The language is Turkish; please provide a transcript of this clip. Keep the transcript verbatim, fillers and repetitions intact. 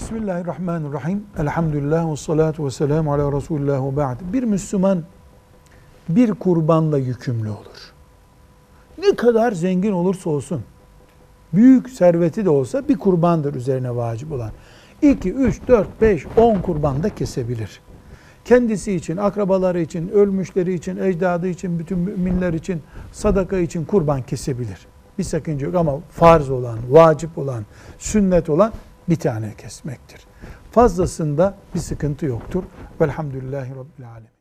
Bismillahirrahmanirrahim. Elhamdülillah ve salatu ve selamu ala Resulullah ve ba'd. Bir Müslüman bir kurbanla yükümlü olur. Ne kadar zengin olursa olsun, büyük serveti de olsa bir kurbandır üzerine vacip olan. iki, üç, dört, beş, on kurban da kesebilir. Kendisi için, akrabaları için, ölmüşleri için, ecdadı için, bütün müminler için, sadaka için kurban kesebilir. Bir sakınca yok ama farz olan, vacip olan, sünnet olan bir tane kesmektir. Fazlasında bir sıkıntı yoktur. Velhamdülillahi Rabbil Alemin.